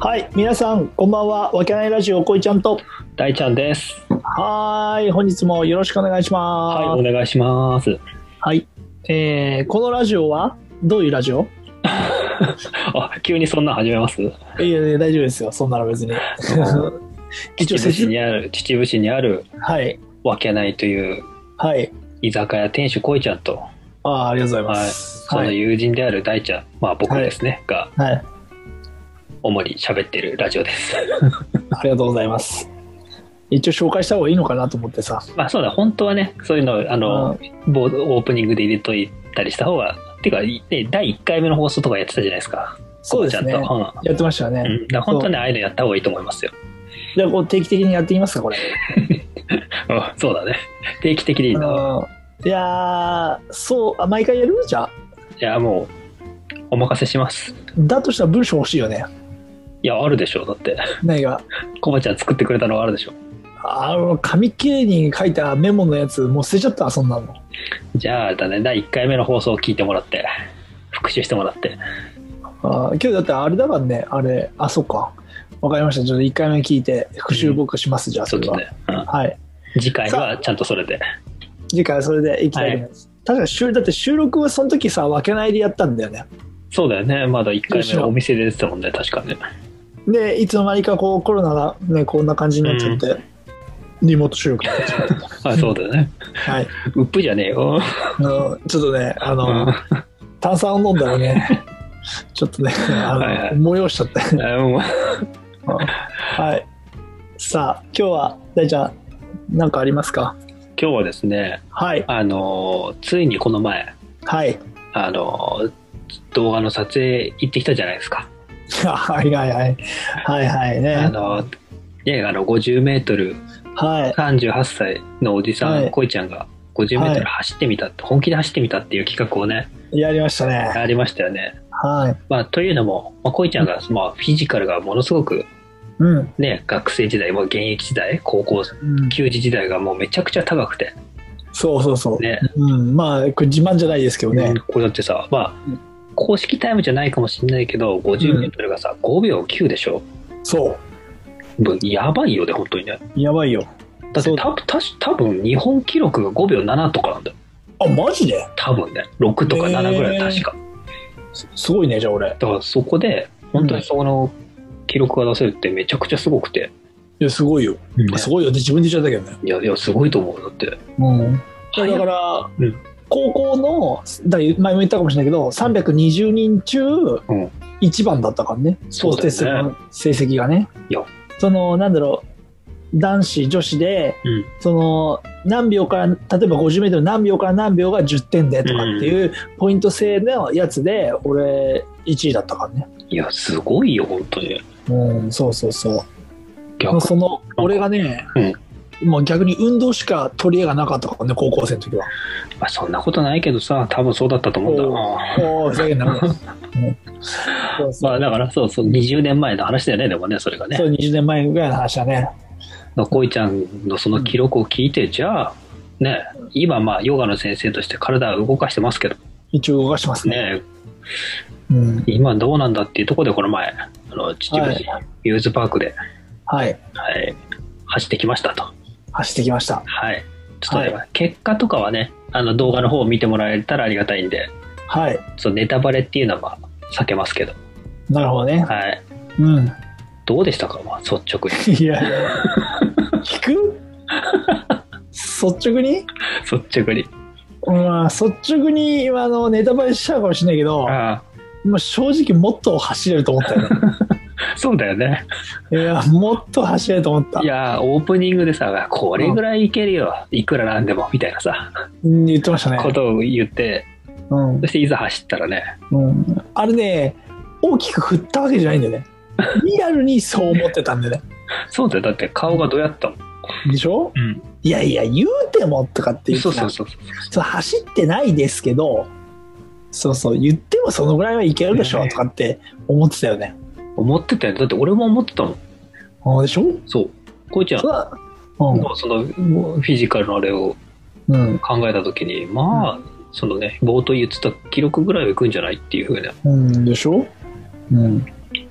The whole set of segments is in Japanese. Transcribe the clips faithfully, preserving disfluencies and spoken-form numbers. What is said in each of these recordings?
はい、皆さんこんばんは。わけないラジオこいちゃんと大ちゃんです。 はーい、本日もよろしくお願いします。 はい、お願いします。 はい、えー、このラジオはどういうラジオ？ あ、急にそんな始めます？いやいや大丈夫ですよ、そんなの別に。 秩父市にある秩父市にあるはいわけないという居酒屋店主こいちゃんと、 あー、ありがとうございます、 はい、その友人である大ちゃん、まあ僕ですね、はい、が、はい、主に喋ってるラジオです。 ありがとうございます。一応紹介した方がいいのかなと思ってさ。 まあそうだ、本当はね、そういうのあの、うん、オープニングで入れといたりした方が、てか、ね、だいいっかいめの放送とかやってたじゃないですか。 そうですね、うん、やってましたね、 うん、だから本当はね、ああいうのやった方がいいと思いますよ。 じゃあこう定期的にやってみますかこれ。 あ、そうだね、定期的でいいな。 いやそう、毎回やるじゃあ。 いやもうお任せします。 だとしたら文章欲しいよね。 いや、あるでしょ。だって何がコバちゃん作ってくれたのはあるでしょ。 あの紙切れに書いたメモのやつもう捨てちゃった、そんなの。 じゃあだね、だいいっかいめの放送を聞いてもらって復習してもらって。 あ今日だってあれだからね、あれ、あ、そっか、わかりました。ちょっといっかいめ聞いて復習僕します、うん、じゃあそれは。そうですね、うん、はい。 次回はちゃんとそれで次回はそれでいきたいと思います、はい、確か収だって収録はその時さ分けないでやったんだよね。 そうだよね、まだいっかいめお店で出てたもんね、確かね。 でいつの間にかこうコロナがねこんな感じになっちゃって、うん、リモート収録になっちゃった。 あ、そうだよね。 はい。 うっぷじゃねえよ。 ちょっとね、あの、うん、炭酸を飲んだらね、ちょっとね、あの、はいはい、催しちゃって。はい。さあ、今日は大ちゃん何かありますか？ 今日はですね、はい、あのついにこの前、 はい、あの動画の撮影行ってきたじゃないですか。 はいはいはいはいはいね。 あの映画のごじゅうメートル、はい、さんじゅうはっさいのおじさん、はい、こいちゃんがごじゅうメートル走ってみたって、はい、本気で走ってみたっていう企画をね、 やりましたね。 やりましたよね。 はい。 まあ、というのも、まあ、こいちゃんが、まあ、フィジカルがものすごく、うんね、学生時代、もう現役時代、高校、うん、球児時代がもうめちゃくちゃ高くて。 そうそうそう。 ね、 うん、まあこれ自慢じゃないですけどね。うん、 これだってさ、まあ、うん、公式タイムじゃないかもしれないけど、ごじゅうメートルがさ、うん、ごびょうきゅうでしょ。 そう。 もうやばいよね、本当にね。やばいよ。 だってたた多分日本記録がごびょうななとかなんだよ。 あ、マジで？ 多分ね、ろくとかななぐらい確か。 すごいね、じゃあ俺。 だからそこで本当にその記録が出せるってめちゃくちゃすごくて。 いや、すごいよ、ね、すごいよって自分で言っちゃったけどね。 いやいや、すごいと思う。だって、 うん、だから、うん、高校のだ前も言ったかもしれないけどさんびゃくにじゅうにん中いちばんだったからね、スポーツテストの成績がね。 いや、 そのなんだろう、男子女子で、うん、その何秒から例えば ごじゅうメートル 何秒から何秒がじゅってんでとかっていうポイント制のやつで俺いちいだったからね。 いや、すごいよ本当に。 うん、そうそうそう。その俺がね、うん、もう逆に運動しか取り柄がなかったからね、高校生の時は。 まあ、そんなことないけどさ、多分そうだったと思うんだな。 おお、ふざけんな。 まあだからそうそう、にじゅうねんまえの話だよね。でもね、それがね。 そう、にじゅうねんまえぐらいの話だね。 こいちゃんのその記録を聞いて、うん、じゃあね、今まあヨガの先生として体を動かしてますけど、 一応動かしてますね。 ね、うん、今どうなんだっていうところで、この前あの秩父市ユーズパークで、はいはい、走ってきましたと。 走ってきました。 はい。ちょっと、ね、はい、結果とかはね、あの動画の方を見てもらえたらありがたいんで、はい。ちょっとネタバレっていうのは避けますけど。 なるほどね。 はい。 うん。 どうでしたか、まあ、率直に。 いやいや。聞く？率直に？ 率直に。 まあ率直にあのネタバレしちゃうかもしれないけど、ああ、まあ、正直もっと走れると思ったよね。 そうだよね。 いや、もっと走れると思った。 いや、オープニングでさ、これぐらいいけるよ、うん、いくらなんでもみたいなさ、 言ってましたね。 ことを言って、うん、そしていざ走ったらね、 うん、あれね、大きく振ったわけじゃないんだよね。リアルにそう思ってたんだよね。 そうだよ、だって顔がどうやったもんでしょ、うん、いやいや言うてもとかって言ってた。そうそうそうそう、走ってないですけど、そうそう言ってもそのぐらいはいけるでしょとかって思ってたよね。 思ってたよ。だって俺も思ってたもん。 ああ、でしょ。 そう、こいちゃん、うん、そのフィジカルのあれを考えた時に、うん、まあ、うん、そのね、冒頭言ってた記録ぐらいはいくんじゃないっていうふうな、 うん、でしょ、うん、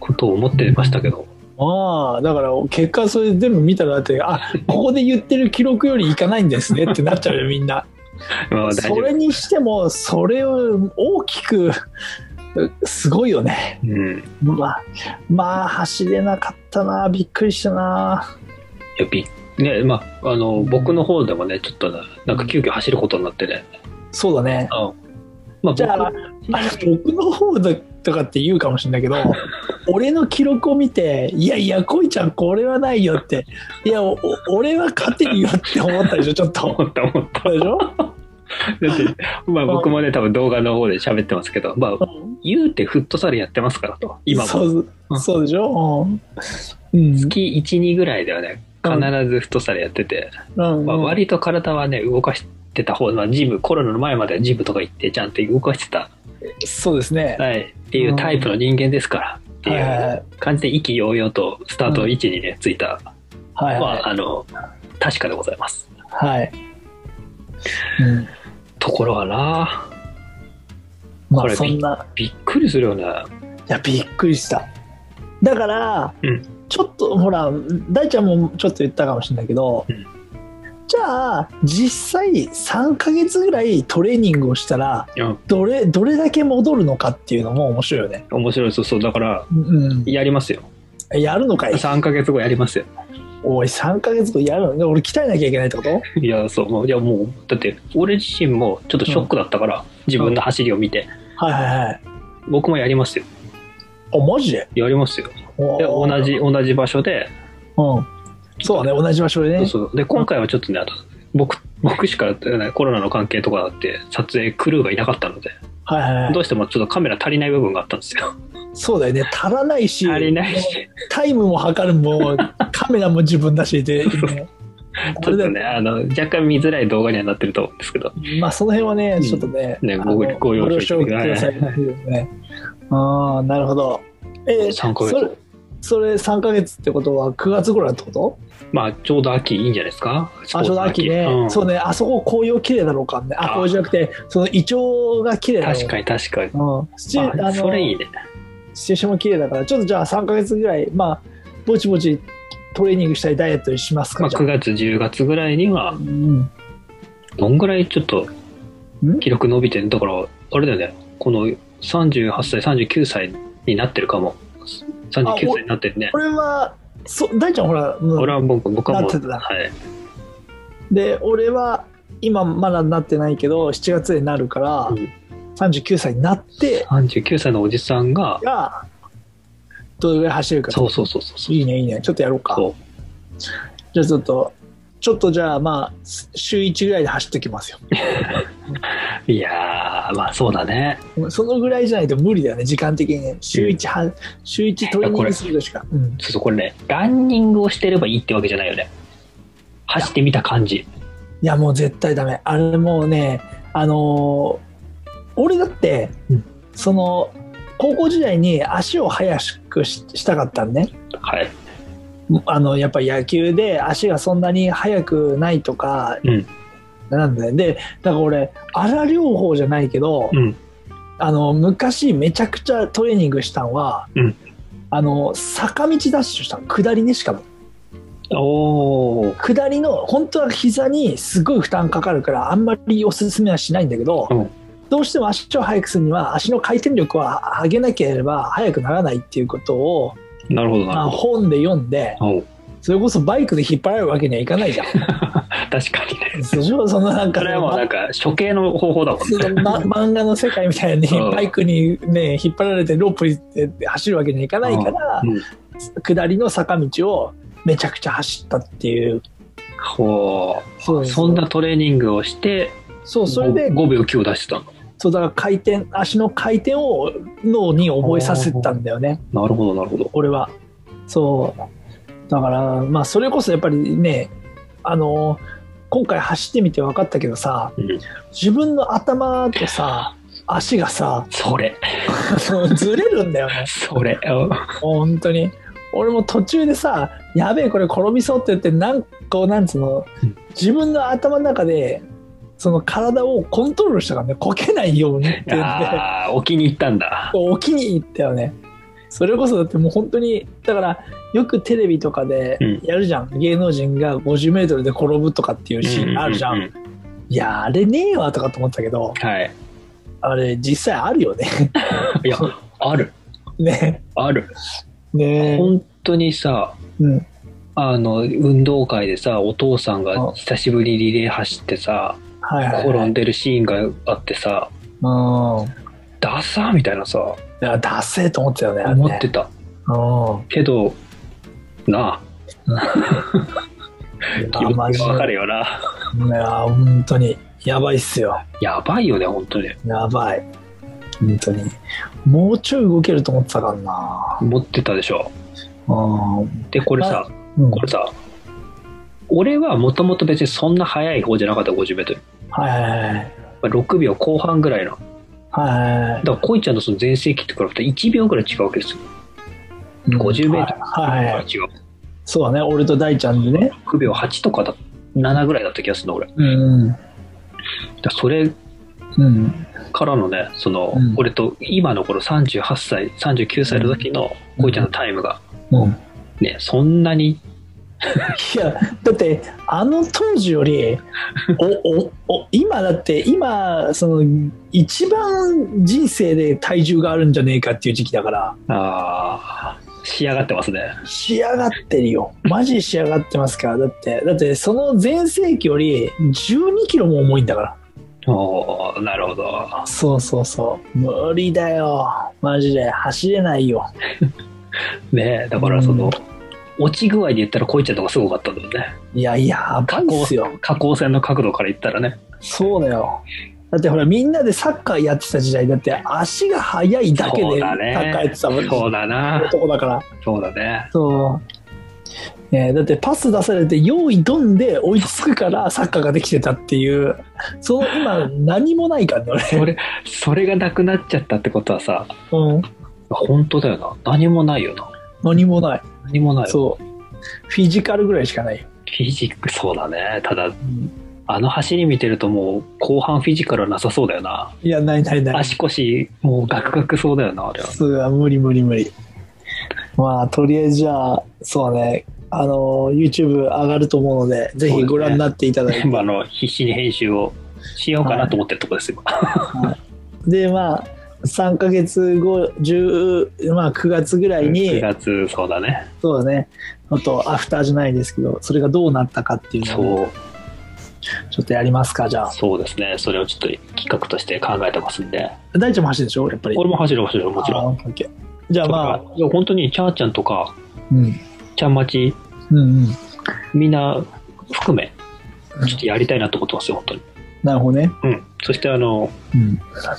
ことを思ってましたけど。 ああ、だから結果それ全部見たらだって、あ、ここで言ってる記録よりいかないんですねってなっちゃうよみんな。それにしてもそれを大きくすごいよね。うん、まあまあ走れなかったな、びっくりしたな。 いやびね、まああの僕の方でもねちょっとなんか急遽走ることになってね。 そうだね。うん、まあ、じゃあ僕の方だとかって言うかもしれないけど俺の記録を見ていやいやこいちゃんこれはないよっていや俺は勝てるよって思ったでしょ。ちょっと思った思ったでしょ。だって、まあ、僕もね多分動画の方で喋ってますけど、まあ、言うてフットサルやってますからと今もそう、そうでしょ、 うん、月 いち,に ぐらいではね必ずフットサルやってて、うんまあ、割と体はね動かしてた方、まあ、ジムコロナの前まではジムとか行ってちゃんと動かしてたそうですね、 はい、っていうタイプの人間ですからっていう感じで意気揚々とスタート位置にね、うん、ついた、はいはい、まああの確かでございます。 はい、 うん、ところがな、 まあ、これそんなびっくりするよね。いやびっくりした。だから、うん、ちょっとほら大ちゃんもちょっと言ったかもしれないけど、うん、じゃあ実際さんかげつぐらいトレーニングをしたら、うん、どれどれだけ戻るのかっていうのも面白いよね。 面白い。そうそう、だから、うん、やりますよ。 やるのかい。 さんかげつごやりますよ。 おいさんかげつごやるの？俺鍛えなきゃいけないってこと？ いやそう、いやもうだって俺自身もちょっとショックだったから、うん、自分の走りを見て、 うん、はいはいはい。 僕もやりますよ。 あマジで？ やりますよ。で同じ同じ場所で、 うん、そうね同じ場所でね。 そうそうで今回はちょっとねあと僕僕しかコロナの関係とかあって撮影クルーがいなかったので、 はいはいはい、 どうしてもちょっとカメラ足りない部分があったんですよ。 そうだよね、足らないし、 足りないしタイムも測るもカメラも自分だしで、ね、 ちょっとねあの若干見づらい動画にはなってると思うんですけど、 まあその辺はねちょっとね、うん、ねごご了承ください。 ああなるほど。えー、 さんかげつ。 それ、それさんかげつってことはくがつ頃だってこと？ まあちょうど秋いいんじゃないですか。 あちょうど秋ね、うん、そうね、あそこ紅葉綺麗だろうかね。あ紅葉じゃなくてそのイチョウが綺麗だろう。 確かに確かに、うんああそれいいね。 シチュエーションも綺麗だからちょっとじゃあさんかげつぐらいまあぼちぼちトレーニングしたりダイエットしますか。 まあ、くがつじゅうがつぐらいには、うん、どんぐらいちょっと記録伸びてるだからあれだよね、このさんじゅうはっさいさんじゅうきゅうさいになってるかも。さんじゅうきゅうさいになってるね。 俺はそ大ちゃんほら、 うん、俺は僕僕はもうなってた、はい、 で俺は今まだなってないけどしちがつになるから、うん、さんじゅうきゅうさいになってさんじゅうきゅうさいのおじさんががどれぐらい走るか。 そうそうそうそういいねいいね、ちょっとやろうか。そうじゃあちょっとちょっとじゃあまあ週いちぐらいで走ってきますよ。 いやーまあそうだね、 そのぐらいじゃないと無理だよね時間的にね。週いち、うん、週いちトレーニングするとしか、うん、 そうそうこれねランニングをしてればいいってわけじゃないよね。走ってみた感じ。 いやもう絶対ダメ。あれもうねあのー、俺だって、うん、その高校時代に足を速く し, したかったんね。 はい。 あのやっぱり野球で足がそんなに速くないとか、うん、なんだよ。でだから俺荒療法じゃないけど、うん、あの昔めちゃくちゃトレーニングしたのは、うん、あの坂道ダッシュしたの。下りね。しかもお下りの本当は膝にすごい負担かかるからあんまりおすすめはしないんだけど、うん、どうしても足を速くするには足の回転力は上げなければ速くならないっていうことをなるほどなるほど、 本で読んで、それこそバイクで引っ張られるわけにはいかないじゃん。 確かにね。 そそのなんか、 それはもうなんか処刑の方法だもんね。 ま、漫画の世界みたいにバイクにね引っ張られてロープで走るわけにはいかないから、うん、下りの坂道をめちゃくちゃ走ったっていう。 ほう。そうそんなトレーニングをして、 そうそれでごびょうきゅうを出してたの。 そうだから回転足の回転を脳に覚えさせたんだよね。 なるほどなるほど。 俺はそうだからまあそれこそやっぱりねあの今回走ってみて分かったけどさ、うん、自分の頭とさ足がさそれずれるんだよね。 それ本当に俺も途中でさやべえこれ転びそうって言ってなんこうなんつうの、うん、自分の頭の中でその体をコントロールしたからね、こけないようにって言って。 ああ、置きに行ったんだ。 置きに行ったよね。 それこそだってもう本当にだからよくテレビとかでやるじゃん、うん、芸能人がごじゅうメートルで転ぶとかっていうシーンあるじゃん、うんうんうん、いやあれねえわとかと思ったけど、はい、あれ実際あるよねいやあるねあるね本当にさ、うん、あの運動会でさお父さんが久しぶりにリレー走ってさ、はいはいはい、転んでるシーンがあってさ、うん、ダサーみたいなさ、 いやダセーと思ってたよね。 思ってた。うんけどなあ気持ちが分かるよな。 いや本当にやばいっすよ。 やばいよね本当に。 やばい本当に。もうちょい動けると思ってたからな。 思ってたでしょ。うん、でこれさ、うん、これさ俺はもともと別にそんな速い方じゃなかった。ごじゅうメートル、はいはいはい、ろくびょうこう半ぐらいの、はいはい、だからこいちゃんのその全盛期って比べていちびょうぐらい違うわけですよ、うん、ごじゅうメートルから違う、はいはい、 そうだね。俺と大ちゃんでねろくびょうはちとかだななぐらいだった気がするの俺、うん、だそれ、うん、からのねその、うん、俺と今の頃さんじゅうはっさいさんじゅうきゅうさいの時のこいちゃんのタイムが、うん、ねそんなにいやだってあの当時よりおおお今だって今その一番人生で体重があるんじゃねえかっていう時期だから。 あ仕上がってますね。 仕上がってるよマジ仕上がってますから。だってだってその全盛期よりじゅうにキロも重いんだから。 おーなるほど。 そうそうそう無理だよマジで走れないよねえだからその、うん落ち具合で言ったらこいちゃんの方がすごかったんだよね。 いやいやばいっすよ。 下降線の角度から言ったらね。 そうだよ。だってほらみんなでサッカーやってた時代だって足が速いだけでサッカーやってたもんね。 そうだな。 男だから。 そうだね。 そう。ね、だってパス出されて用意ドンで追いつくからサッカーができてたっていうそう今何もないからね。 それそれがなくなっちゃったってことはさ、うん、本当だよな。何もないよな。 何もない。 何もない。 そうフィジカルぐらいしかないよ。 フィジックそうだね。ただ、うん、あの走り見てるともう後半フィジカルはなさそうだよな。 いやないないない。 足腰もうガクガクそうだよなあれは。 そうは無理無理無理。まあとりあえずじゃあそうねあの YouTube 上がると思うのでぜひご覧になっていただいて、 ね、あの必死に編集をしようかなと思ってるところですよ、 はい、でまあさんかげつご、じゅうまあ、くがつぐらいにくがつそうだねそうだねあとアフターじゃないですけどそれがどうなったかっていうのをちょっとやりますか。じゃあそうですねそれをちょっと企画として考えてますんで。 大ちゃんも走るでしょやっぱり。 俺も走る走るもちろん。 あじゃあまあ本当にチャーちゃんとか、うん、ちゃんまち、うんうん、みんな含めちょっとやりたいなと思ってますよ本当に。 なるほどね、 うん、そしてあの、うん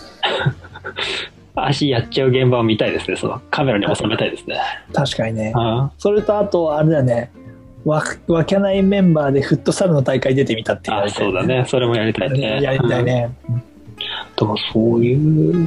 足やっちゃう現場を見たいですね。そのカメラに収めたいですね。 確かにね。それとあとあれだねわわけないメンバーでフットサルの大会出てみたっていう、ね、 あそうだねそれもやりたいね。 やりたいね、 うん、だからそういう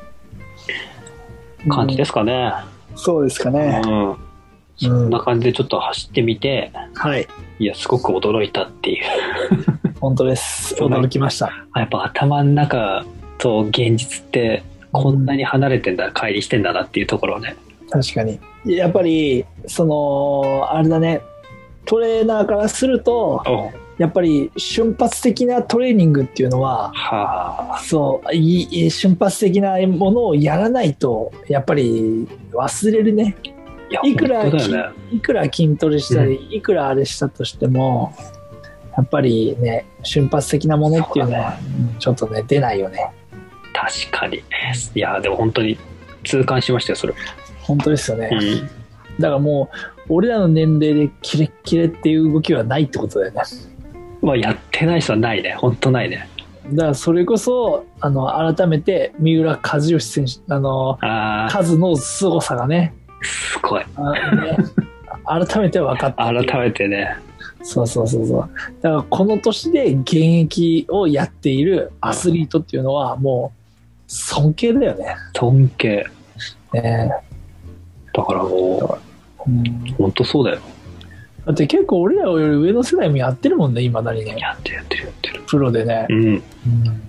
感じですかね、 うん、そうですかね、うん、 そんな感じでちょっと走ってみて、 はい、 いやすごく驚いたっていう本当です驚きました。 やっぱ頭の中と現実ってこんなに離れてんだ、うん、乖離してんだなっていうところをね。 確かにやっぱりそのあれだねトレーナーからするとやっぱり瞬発的なトレーニングっていうのは、はあ、そうい瞬発的なものをやらないとやっぱり忘れるね。いやいくら、ね、いくら筋トレしたり、うん、いくらあれしたとしてもやっぱりね瞬発的なものっていうのはちょっとね出ないよね。 確かに。いやでも本当に痛感しましたよそれ。 本当ですよね、うん、だからもう俺らの年齢でキレッキレっていう動きはないってことだよね。 まあやってない人はないね本当ないね。 だからそれこそあの改めて三浦知良選手あのあ数の凄さがねすごいあ、ね、改めて分かった。 改めてね。 そうそうそうそう。だからこの年で現役をやっているアスリートっていうのはもう尊敬だよね。 尊敬。 ねだからもう、うん、本当そうだよ。 だって結構俺らより上の世代もやってるもんね今だにね。 やってるやってるやってる。 プロでね。うん。うん、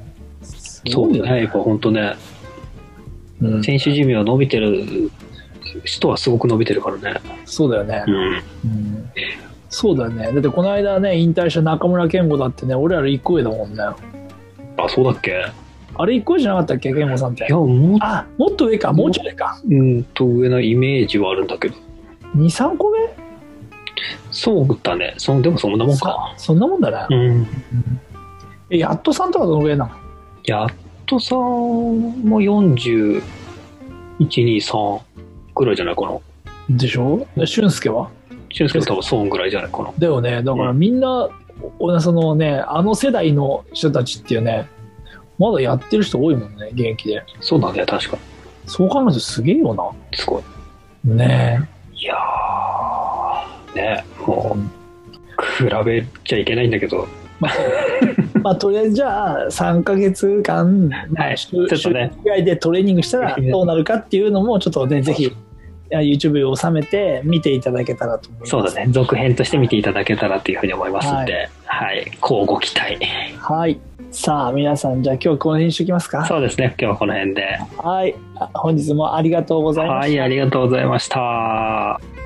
そうだね。やっぱ本当ね、うん、選手寿命伸びてる人はすごく伸びてるからね。 そうだよね。 うん。 うん、そうだよね。だってこの間ね、引退した中村健吾だってね、俺らいっこ上だもんね。 あ、そうだっけ？ あれいっこ上じゃなかったっけ、健吾さんって。 いや、もっと、 あ、もっと上か、もうちょい上か。 うんと上のイメージはあるんだけど。 に、さんこめ？ そうだね。そのでもそんなもんか。 そんなもんだね。うん。え、やっとさんとかどの上なの？ やっとさんもよんじゅういち、に、さんぐらいじゃないかな。 でしょ？俊介は？ 俊介は多分そんぐらいじゃないかな。 だよね。だからみんな、うん、そのね、あの世代の人たちっていうね、まだやってる人多いもんね、現役で。 そうだね、確かに。 そう考えるとすげえよな。 すごい。 ねえ。いやー、ね、もう、比べちゃいけないんだけど。 まあ、まあ、とりあえずじゃあさんかげつかん、 はい、 週以外でトレーニングしたらどうなるかっていうのもちょっとね、ぜひ YouTube を収めて見ていただけたらと思います。 そうだね、続編として見ていただけたらというふうに思いますので、はい、はい、乞うご期待。 はい、さあ皆さん、じゃあ今日はこの辺にしておきますか。 そうですね、今日はこの辺で。 はい、本日もありがとうございました。 はい、ありがとうございました。